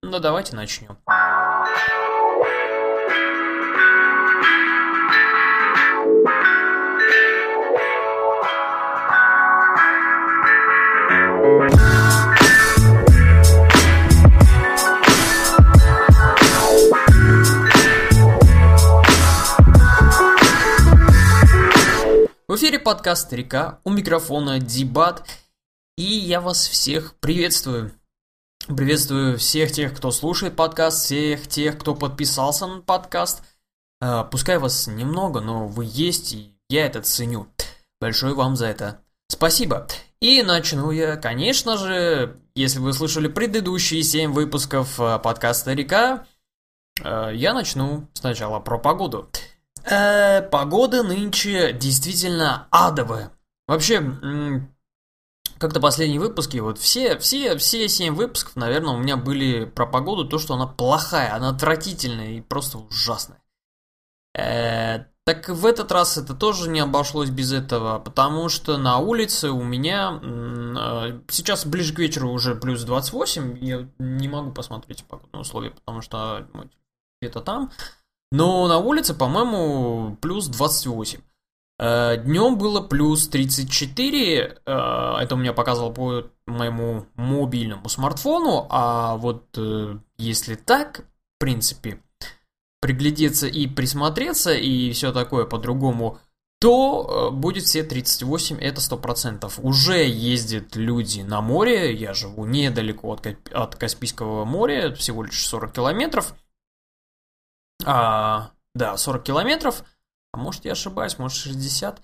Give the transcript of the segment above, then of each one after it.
Ну, давайте начнем. В эфире подкаст «Река», у микрофона Дебат, и я вас всех приветствую. Приветствую всех тех, кто слушает подкаст, всех тех, кто подписался на подкаст. Пускай вас немного, но вы есть, и я это ценю. Большое вам за это спасибо. И начну я, конечно же, если вы слышали предыдущие 7 выпусков подкаста «Река», я начну сначала про погоду. Погода нынче действительно адовая. Вообще, как-то последние выпуски, вот все 7 выпусков, наверное, у меня были про погоду, то, что она плохая, она отвратительная и просто ужасная. Так в этот раз это тоже не обошлось без этого, потому что на улице у меня сейчас ближе к вечеру уже плюс 28, я не могу посмотреть погодные условия, потому что где-то там. Но на улице, по-моему, плюс 28. Днем было плюс 34. Это у меня показывало по моему мобильному смартфону. А вот если так, в принципе, приглядеться и присмотреться, и все такое по-другому, то будет все 38, это 100%. Уже ездят люди на море. Я живу недалеко от Каспийского моря, всего лишь 40 километров. Да, 40 километров, а может я ошибаюсь, может 60.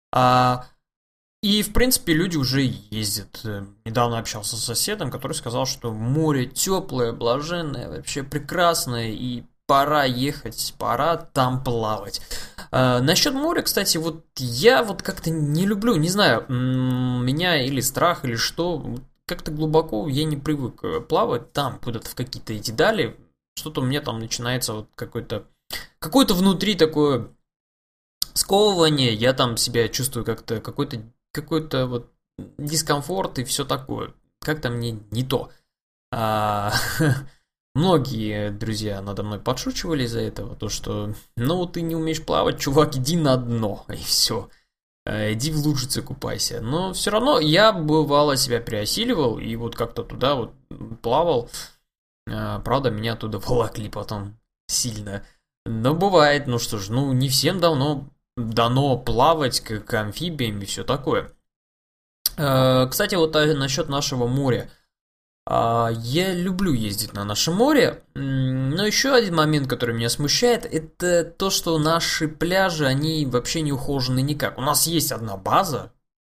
И, в принципе, люди уже ездят. Недавно общался с соседом, который сказал, что море теплое, блаженное, вообще прекрасное, и пора ехать, пора там плавать. Насчет моря, кстати, вот я вот как-то не люблю, не знаю, меня или страх, или что, как-то глубоко я не привык плавать там, куда-то в какие-то эти дали. Что-то у меня там начинается вот какое-то внутри такое сковывание, я там себя чувствую как-то какой-то вот дискомфорт и все такое. Как-то мне не то. Многие друзья надо мной подшучивали из-за этого, то что, ну, ты не умеешь плавать, чувак, иди на дно, и все. Иди в лужице купайся. Но все равно я, бывало, себя переосиливал, и вот как-то туда вот плавал. Правда, меня оттуда волокли потом сильно. Но бывает, ну что ж, ну не всем дано плавать как амфибиям и все такое. Кстати, вот насчет нашего моря. Я люблю ездить на наше море, но еще один момент, который меня смущает, это то, что наши пляжи, они вообще не ухожены никак. У нас есть одна база,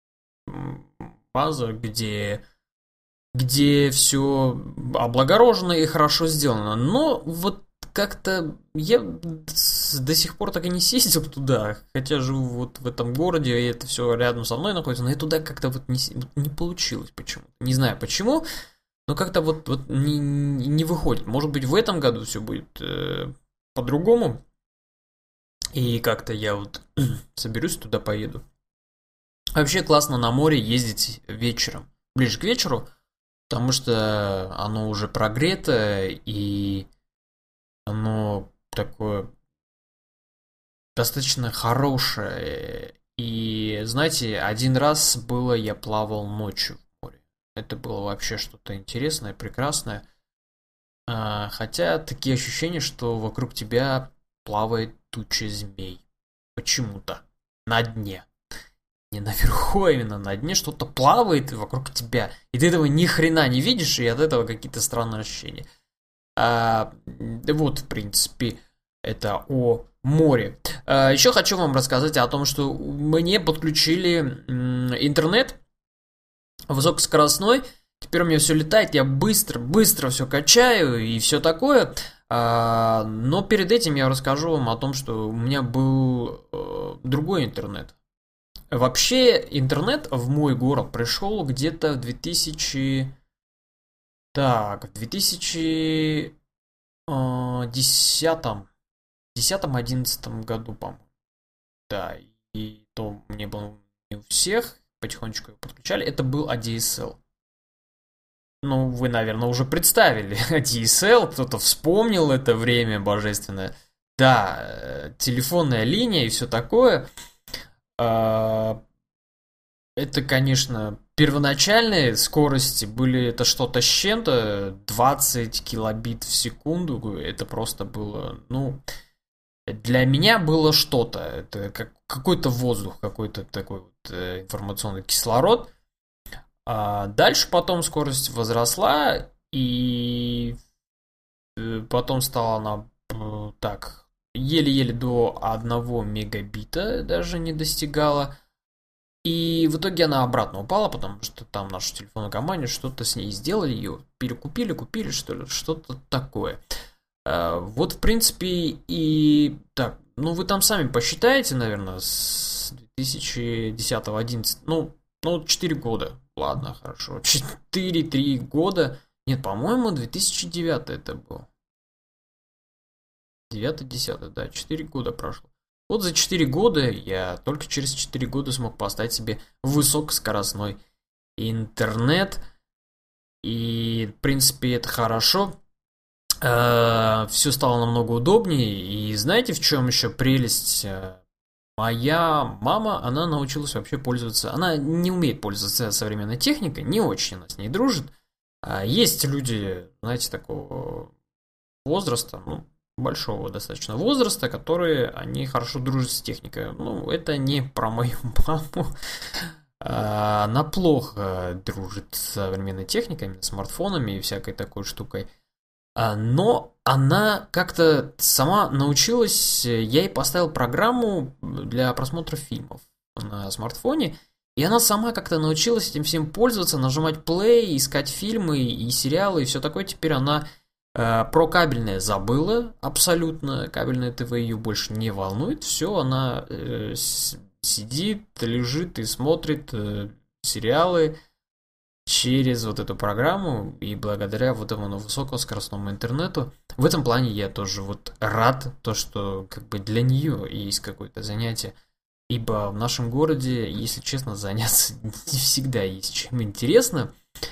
где все облагорожено и хорошо сделано. Но вот как-то я до сих пор так и не съездил туда, хотя живу вот в этом городе, и это все рядом со мной находится, но я туда как-то вот не получилось почему-то. Не знаю почему, но как-то вот не выходит. Может быть, в этом году все будет по-другому, и как-то я вот соберусь, туда поеду. Вообще классно на море ездить вечером, ближе к вечеру, потому что оно уже прогрето, и оно такое достаточно хорошее. И, знаете, один раз я плавал ночью в море. Это было вообще что-то интересное, прекрасное. Хотя такие ощущения, что вокруг тебя плавает туча змей. Почему-то. На дне. Не наверху, а именно на дне что-то плавает вокруг тебя, и ты этого ни хрена не видишь, и от этого какие-то странные ощущения. Вот, в принципе, это о море. Еще хочу вам рассказать о том, что мне подключили интернет высокоскоростной. Теперь у меня все летает, я быстро все качаю и все такое. Но перед этим я расскажу вам о том, что у меня был другой интернет. Вообще, интернет в мой город пришел где-то в 10-11 году, по-моему. Да, и то мне было не у всех, потихонечку его подключали. Это был ADSL. ну, вы, наверное, уже представили DSL, кто-то вспомнил это время божественное. Да, телефонная линия и все такое. Это, конечно, первоначальные скорости были, это что-то с чем-то, 20 килобит в секунду, это просто было, ну, для меня было что-то, это как какой-то воздух, какой-то такой вот информационный кислород. А дальше потом скорость возросла, и потом стала она так, еле-еле до 1 мегабита даже не достигала. И в итоге она обратно упала, потому что там наша телефонная компания что-то с ней сделали, ее перекупили, купили, что ли, что-то такое. Вот, в принципе, и так, ну вы там сами посчитаете, наверное, с 2010-2011, ну, 4 года, ладно, хорошо, 4-3 года, нет, по-моему, 2009 это был. 9-10, да, 4 года прошло. Вот за 4 года я только через 4 года смог поставить себе высокоскоростной интернет. И, в принципе, это хорошо. Все стало намного удобнее. И знаете, в чем еще прелесть? Моя мама, она научилась вообще пользоваться. Она не умеет пользоваться современной техникой, не очень она с ней дружит. Есть люди, знаете, такого возраста, ну, большого достаточно возраста, которые, они хорошо дружат с техникой. Ну, это не про мою маму. Она плохо дружит с современной техникой, смартфонами и всякой такой штукой. Но она как-то сама научилась, я ей поставил программу для просмотра фильмов на смартфоне, и она сама как-то научилась этим всем пользоваться, нажимать play, искать фильмы и сериалы, и все такое. Теперь она про кабельное забыла абсолютно, кабельное ТВ ее больше не волнует, все, она сидит, лежит и смотрит сериалы через вот эту программу, и благодаря вот этому высокоскоростному интернету, в этом плане я тоже вот рад, то, что как бы для нее есть какое-то занятие, ибо в нашем городе, если честно, заняться не всегда есть чем интересно.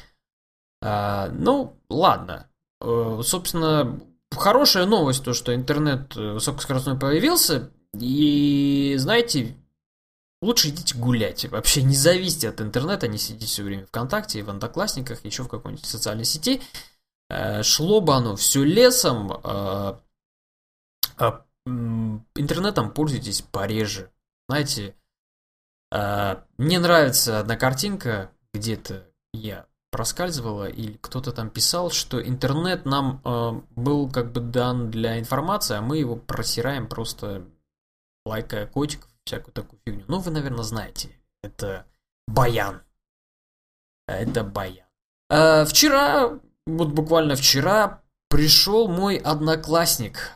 Ну, ладно. Собственно, хорошая новость, то, что интернет высокоскоростной появился, и, знаете, лучше идите гулять, вообще не зависите от интернета, не сидите все время ВКонтакте, в Одноклассниках, еще в какой-нибудь социальной сети, шло бы оно все лесом, интернетом пользуйтесь пореже, знаете, мне нравится одна картинка, где-то я проскальзывала, или кто-то там писал, что интернет нам был как бы дан для информации, а мы его просираем просто лайкая котиков, всякую такую фигню. Ну, вы, наверное, знаете. Это Баян. Это Баян. Вчера, вот буквально вчера, пришел мой одноклассник.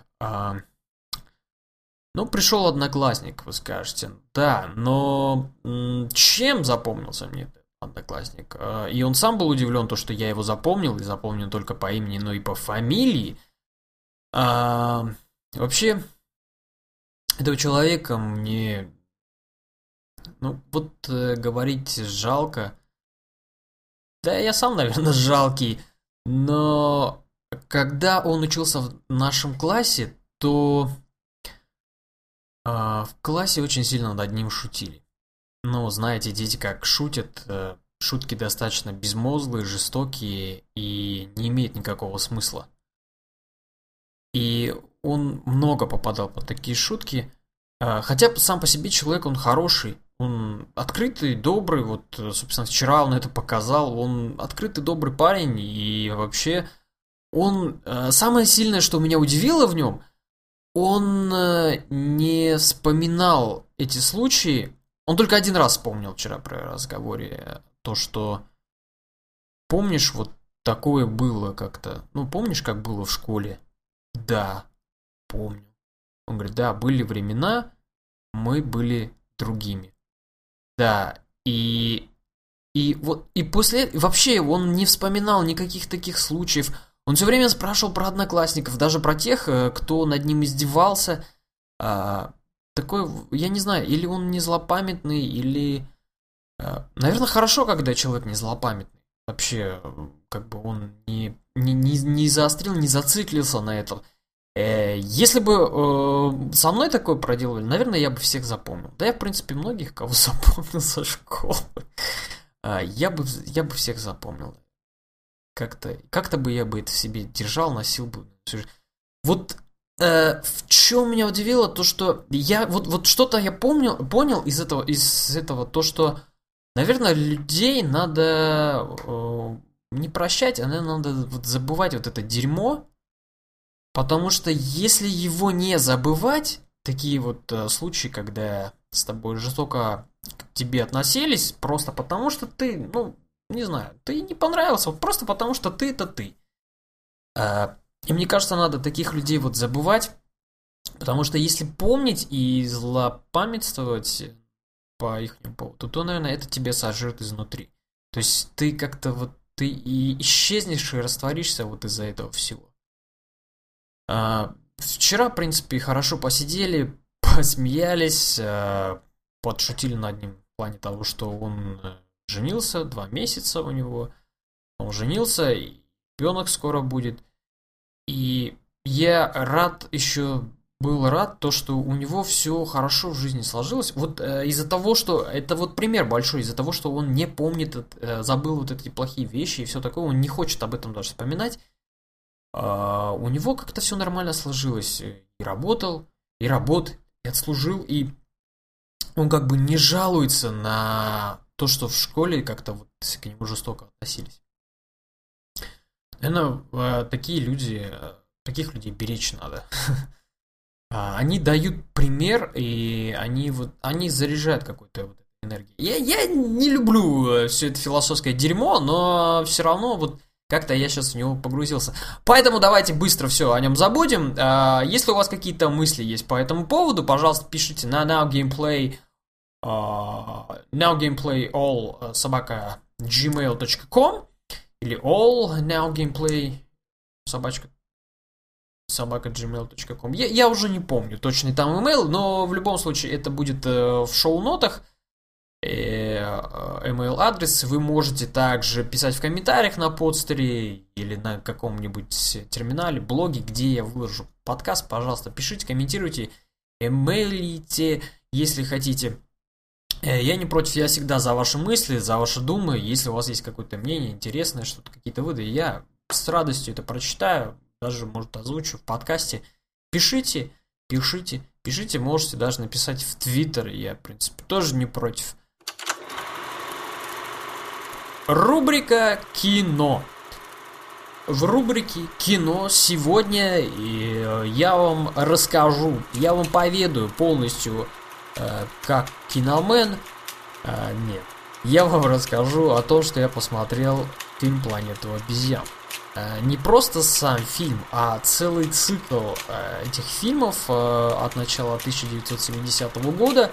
Ну, пришел одноклассник, вы скажете. Да, но чем запомнился мне этот одноклассник? И он сам был удивлен, то, что я его запомнил, и запомнил только по имени, но и по фамилии. Вообще, этого человека мне, ну, вот говорить жалко. Да, я сам, наверное, жалкий. Но когда он учился в нашем классе, то в классе очень сильно над ним шутили. Ну, знаете, дети как шутят, шутки достаточно безмозглые, жестокие и не имеют никакого смысла. И он много попадал под такие шутки. Хотя сам по себе человек, он хороший. Он открытый, добрый. Вот, собственно, вчера он это показал. Он открытый, добрый парень. И вообще, он... Самое сильное, что меня удивило в нем, он не вспоминал эти случаи. Он только один раз вспомнил вчера при разговоре то, что... Помнишь, вот такое было как-то... Ну, помнишь, как было в школе? Да, помню. Он говорит, да, были времена, мы были другими. Да, и вот, и после, вообще он не вспоминал никаких таких случаев. Он все время спрашивал про одноклассников, даже про тех, кто над ним издевался. Такой, я не знаю, или он не злопамятный, или... Наверное, хорошо, когда человек не злопамятный. вообще, как бы он не заострил, не зациклился на этом. Если бы со мной такое проделывали, наверное, я бы всех запомнил. Да я, в принципе, многих, кого запомнил со школы. Я бы всех запомнил. Как-то бы я бы это в себе держал, носил бы. Вот в чем меня удивило, то что я вот что-то я понял из этого, то что, наверное, людей надо не прощать, а наверное, надо вот забывать вот это дерьмо, потому что если его не забывать, такие вот случаи, когда с тобой жестоко к тебе относились, просто потому что ты, ну, не знаю, ты не понравился, вот просто потому что ты это ты. И мне кажется, надо таких людей вот забывать, потому что если помнить и злопамятствовать по их поводу, то, наверное, это тебя сожрет изнутри. То есть ты как-то вот, ты и исчезнешь и растворишься вот из-за этого всего. Вчера, в принципе, хорошо посидели, посмеялись, подшутили над ним в плане того, что он женился, 2 месяца у него, он женился, и ребенок скоро будет. И я был рад, то, что у него все хорошо в жизни сложилось. Вот из-за того, что, это вот пример большой, из-за того, что он не помнит, забыл вот эти плохие вещи и все такое, он не хочет об этом даже вспоминать. У него как-то все нормально сложилось. И работал, и работает, и отслужил, и он как бы не жалуется на то, что в школе как-то вот к нему жестоко относились. Наверное, таких людей беречь надо. Они дают пример, и они заряжают какой-то вот энергией. Я не люблю все это философское дерьмо, но все равно вот как-то я сейчас в него погрузился. Поэтому давайте быстро все о нем забудем. Если у вас какие-то мысли есть по этому поводу, пожалуйста, пишите на nowgameplayall@gmail.com или allnowgameplay собака.gmail.com. Я уже не помню точный там email, но в любом случае это будет в шоу-нотах. Email адрес. Вы можете также писать в комментариях на подстере или на каком-нибудь терминале, блоге, где я выложу подкаст. Пожалуйста, пишите, комментируйте, эмейлите, если хотите. Я не против, я всегда за ваши мысли, за ваши думы. Если у вас есть какое-то мнение интересное, что-то, какие-то выводы, я с радостью это прочитаю, даже, может, озвучу в подкасте. Пишите, можете даже написать в Твиттер, я, в принципе, тоже не против. Рубрика «Кино». В рубрике «Кино» сегодня я вам расскажу, я вам поведаю полностью, как киномен. Нет, я вам расскажу о том, что я посмотрел фильм «Планету обезьян». Не просто сам фильм, а целый цикл этих фильмов от начала 1970 года,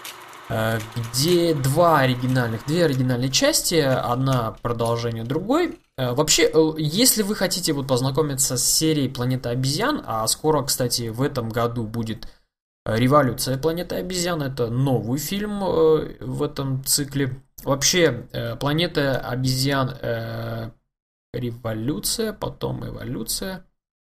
где две оригинальные части, одна продолжение другой. Вообще, если вы хотите вот познакомиться с серией «Планета обезьян», а скоро, кстати, в этом году будет «Революция планеты обезьян», это новый фильм в этом цикле. Вообще, «Планета обезьян» революция, потом эволюция,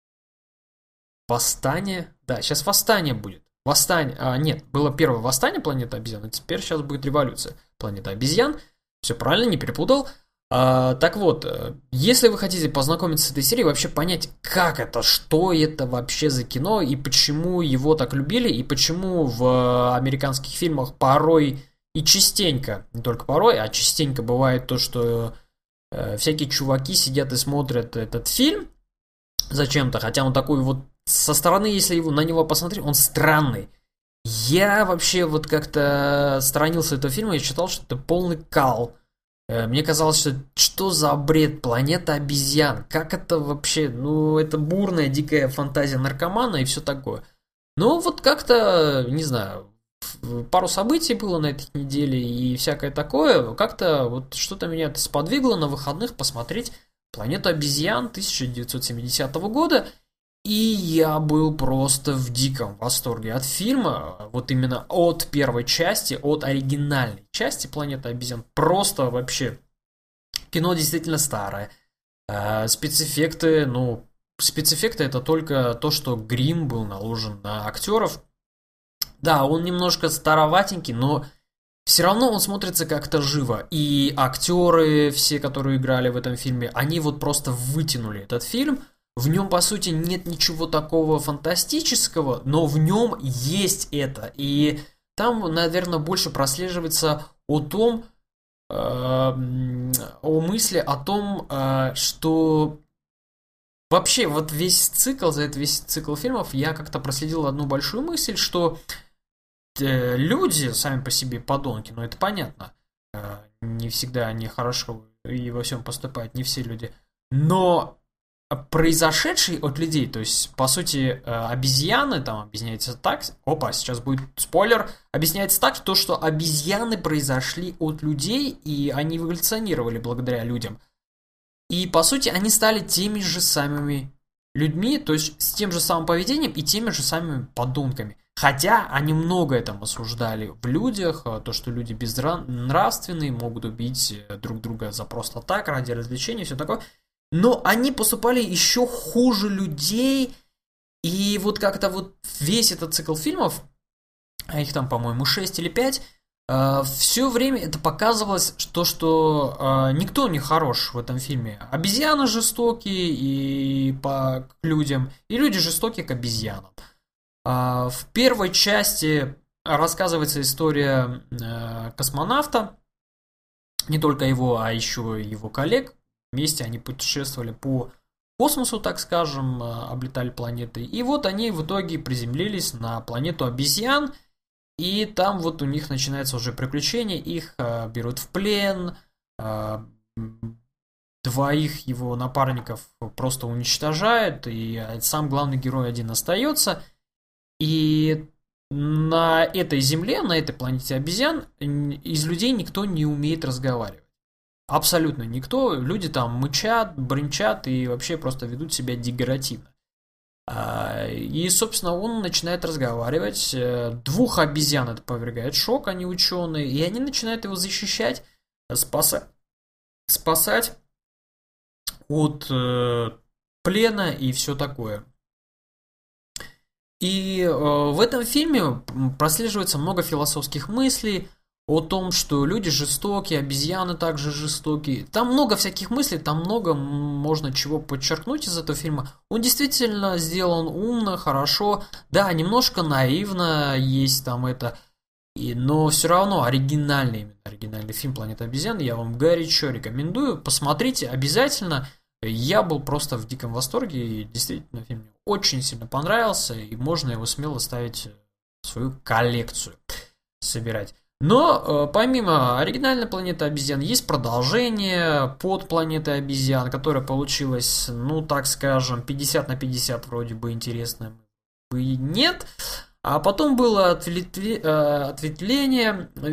восстание. Да, сейчас восстание будет. Нет, было первое восстание планеты обезьян, а теперь сейчас будет революция планеты обезьян. Все правильно, не перепутал. Так вот, если вы хотите познакомиться с этой серией, вообще понять, как это, что это вообще за кино, и почему его так любили, и почему в американских фильмах порой и частенько, не только порой, а частенько бывает то, что всякие чуваки сидят и смотрят этот фильм зачем-то, хотя он такой вот со стороны, если на него посмотреть, он странный. Я вообще вот как-то сторонился этого фильма и считал, что это полный кал. Мне казалось, что за бред, планета обезьян, как это вообще, ну это бурная, дикая фантазия наркомана и все такое. Но вот как-то, не знаю, пару событий было на этой неделе и всякое такое, как-то вот что-то меня это сподвигло на выходных посмотреть «Планету обезьян» 1970 года, и я был просто в диком восторге от фильма, вот именно от первой части, от оригинальной части «Планеты обезьян». Просто вообще Кино действительно старое. Спецэффекты, ну, спецэффекты это только то, что грим был наложен на актеров. Да, он немножко староватенький, но все равно он смотрится как-то живо. И актеры, все, которые играли в этом фильме, они вот просто вытянули этот фильм. В нем, по сути, нет ничего такого фантастического, но в нем есть это. И там, наверное, больше прослеживается о том, о мысли о том, что вообще вот весь цикл, за этот весь цикл фильмов я как-то проследил одну большую мысль, что люди сами по себе подонки, но это понятно. Не всегда они хорошо и во всем поступают, не все люди. Но произошедший от людей, то есть, по сути, обезьяны, там объясняется так, опа, сейчас будет спойлер, объясняется так, что обезьяны произошли от людей, и они эволюционировали благодаря людям. И, по сути, они стали теми же самыми людьми, то есть, с тем же самым поведением и теми же самыми подонками. Хотя они многое там осуждали в людях, то, что люди безнравственные, могут убить друг друга за просто так, ради развлечения, все такое. Но они поступали еще хуже людей, и вот как-то вот весь этот цикл фильмов, а их там, по-моему, 6 или 5, все время это показывалось, что никто не хорош в этом фильме. Обезьяны жестокие к людям, и люди жестокие к обезьянам. В первой части рассказывается история космонавта, не только его, а еще и его коллег. Вместе они путешествовали по космосу, так скажем, облетали планеты. И вот они в итоге приземлились на планету обезьян. И там вот у них начинается уже приключение. Их берут в плен. Двоих его напарников просто уничтожают. И сам главный герой один остается. И на этой земле, на этой планете обезьян, из людей никто не умеет разговаривать. Абсолютно никто. Люди там мычат, брынчат и вообще просто ведут себя дегенеративно. И, собственно, он начинает разговаривать. Двух обезьян это повергает в шок, они ученые. И они начинают его защищать, спасать от плена и все такое. И в этом фильме прослеживается много философских мыслей о том, что люди жестокие, обезьяны также жестокие. Там много всяких мыслей, там много можно чего подчеркнуть из этого фильма. Он действительно сделан умно, хорошо. Да, немножко наивно есть там это. Но все равно оригинальный фильм «Планета обезьян» я вам горячо рекомендую. Посмотрите обязательно. Я был просто в диком восторге, и действительно фильм мне очень сильно понравился, и можно его смело ставить в свою коллекцию, собирать. Но помимо оригинальной «Планеты обезьян» есть продолжение «Под планетой обезьян», которое получилось, ну так скажем, 50 на 50 вроде бы интересно, и нет. А потом было ответвление в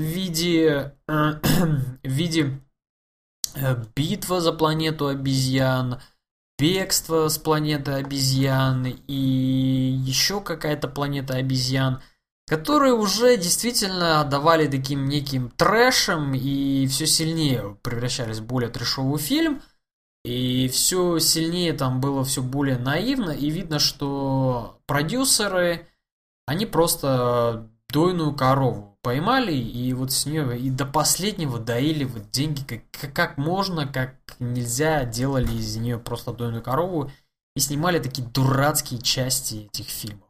виде битва за планету обезьян, бегство с планеты обезьян и еще какая-то планета обезьян, которые уже действительно отдавали таким неким трэшем и все сильнее превращались в более трэшовый фильм. И все сильнее там было все более наивно, и видно, что продюсеры, они просто дойную корову поймали, и вот с нее и до последнего доили вот деньги как можно, как нельзя, делали из нее просто дойную корову и снимали такие дурацкие части этих фильмов.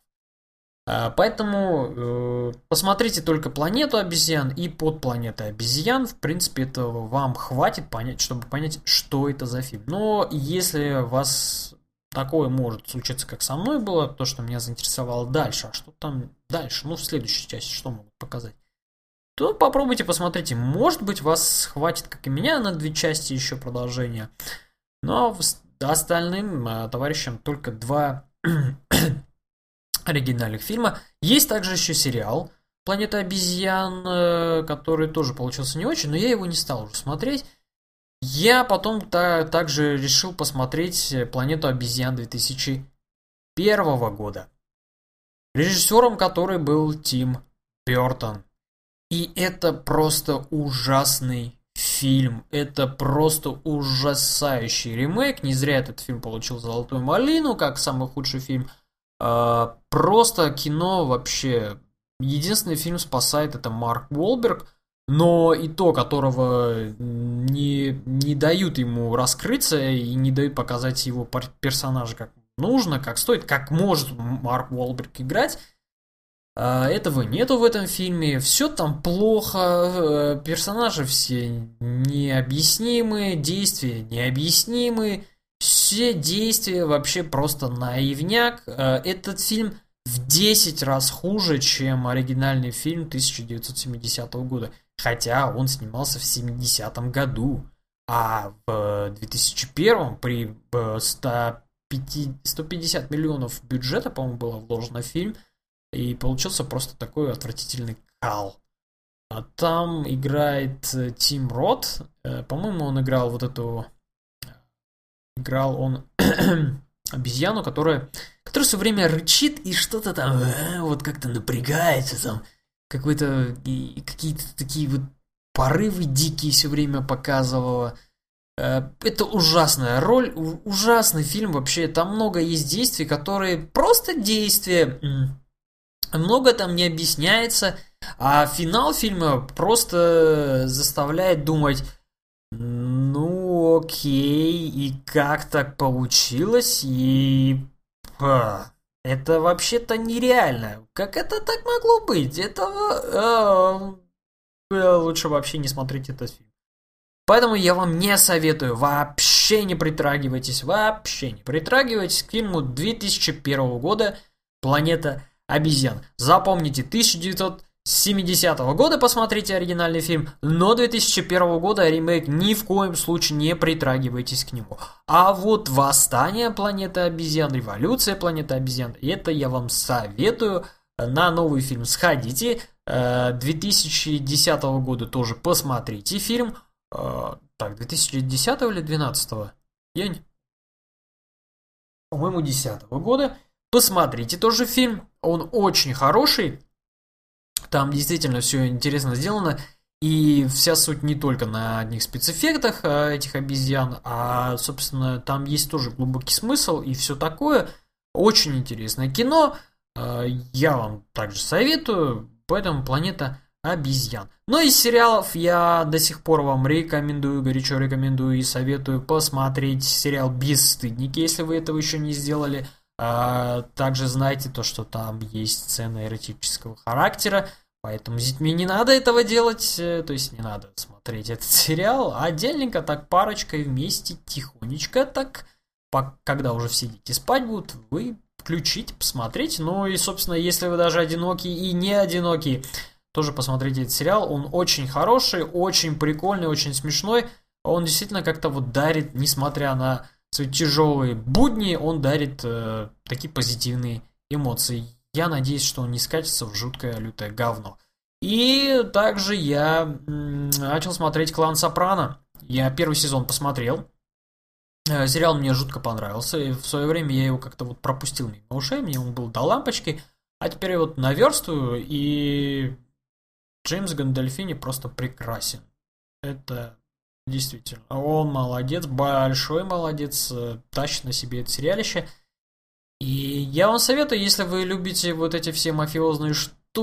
Поэтому посмотрите только «Планету обезьян» и «Под планетой обезьян». В принципе, этого вам хватит понять, чтобы понять, что это за фильм. Но если вас такое может случиться, как со мной было, то, что меня заинтересовало дальше, а что там дальше, ну, в следующей части, что могут показать, то попробуйте, посмотрите. Может быть, вас хватит, как и меня, на 2 части еще продолжения. Но остальным товарищам только 2 оригинальных фильма. Есть также еще сериал «Планета обезьян», который тоже получился не очень, но я его не стал уже смотреть. Я потом также решил посмотреть «Планету обезьян» 2001 года, режиссером которой был Тим Бёртон. И это просто ужасный фильм. Это просто ужасающий ремейк. Не зря этот фильм получил «Золотую малину» как самый худший фильм. Просто кино вообще... Единственный фильм спасает это Марк Уолберг, но и то, которого не дают ему раскрыться и не дают показать его персонажа как нужно, как стоит, как может Марк Уолберг играть. Этого нету в этом фильме. Все там плохо, персонажи все необъяснимы, действия необъяснимы, все действия вообще просто наивняк. Этот фильм в 10 раз хуже, чем оригинальный фильм 1970 года. Хотя он снимался в 70-м году. А в 2001 при 150 миллионов бюджета, по-моему, было вложено в фильм. И получился просто такой отвратительный кал. А там играет Тим Рот. По-моему, он играл вот эту... Играл он обезьяну, которая все время рычит и что-то там вот как-то напрягается там. Какие-то такие вот порывы дикие все время показывала. Это ужасная роль, ужасный фильм вообще. Там много есть действий, которые просто действия. Много там не объясняется, а финал фильма просто заставляет думать, ну окей, и как так получилось, и это вообще-то нереально. Как это так могло быть? Это лучше вообще не смотреть этот фильм. Поэтому я вам не советую, вообще не притрагивайтесь к фильму 2001 года «Планета обезьян». Запомните, 1970 года посмотрите оригинальный фильм, но 2001 года ремейк ни в коем случае не притрагивайтесь к нему. А вот «Восстание планеты обезьян», «Революция планеты обезьян», это я вам советую. На новый фильм сходите. 2010 года тоже посмотрите фильм. Так, 2010 или 2012? По-моему, 2010 года. Посмотрите тоже фильм. Он очень хороший. Там действительно все интересно сделано. И вся суть не только на одних спецэффектах этих обезьян, а, собственно, там есть тоже глубокий смысл и все такое. Очень интересное кино. Я вам также советую. Поэтому «Планета обезьян». Но из сериалов я до сих пор вам рекомендую, горячо рекомендую и советую посмотреть сериал «Бесстыдники», если вы этого еще не сделали. Также знайте то, что там есть сцены эротического характера, поэтому с детьми не надо этого делать, то есть не надо смотреть этот сериал, а отдельненько так парочкой вместе тихонечко так, когда уже все дети спать будут, вы включите, посмотрите. Ну и, собственно, если вы даже одинокий и не одинокий, тоже посмотрите этот сериал, он очень хороший, очень прикольный, очень смешной, он действительно как-то вот дарит, несмотря на свои тяжелые будни, он дарит такие позитивные эмоции. Я надеюсь, что он не скатится в жуткое лютое говно. И также я начал смотреть «Клан Сопрано». Я первый сезон посмотрел. Сериал мне жутко понравился. И в свое время я его как-то вот пропустил мимо ушей. Мне он был до лампочки. А теперь я вот наверстываю. И Джеймс Гандольфини просто прекрасен. Это... Действительно, он молодец, большой молодец, тащит на себе это сериалище. И я вам советую, если вы любите вот эти все мафиозные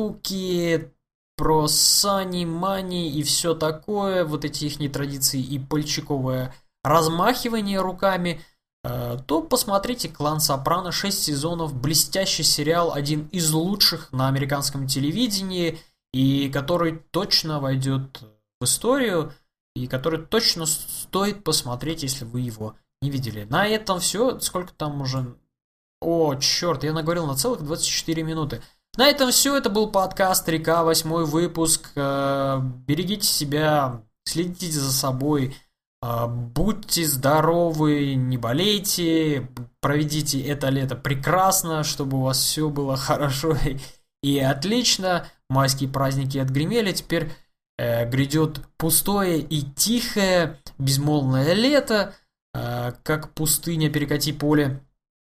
штуки про сани, мани и все такое, вот эти их традиции и пальчиковое размахивание руками, то посмотрите «Клан Сопрано», 6 сезонов, блестящий сериал, один из лучших на американском телевидении, и который точно войдет в историю, и который точно стоит посмотреть, если вы его не видели. На этом все. Сколько там уже... О, черт, я наговорил на целых 24 минуты. На этом все. Это был подкаст «Река», 8-й выпуск. Берегите себя, следите за собой, будьте здоровы, не болейте, проведите это лето прекрасно, чтобы у вас все было хорошо и отлично. Майские праздники отгремели, теперь... грядет пустое и тихое, безмолвное лето, как пустыня перекати поле.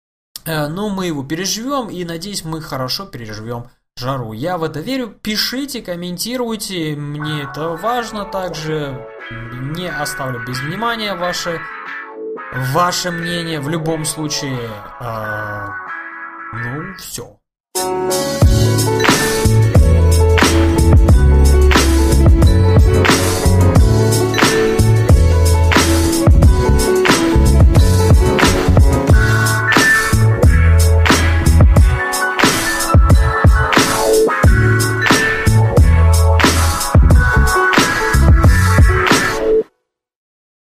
Но мы его переживем, и, надеюсь, мы хорошо переживем жару. Я в это верю. Пишите, комментируйте, мне это важно также. Не оставлю без внимания ваше мнение в любом случае. Ну, все.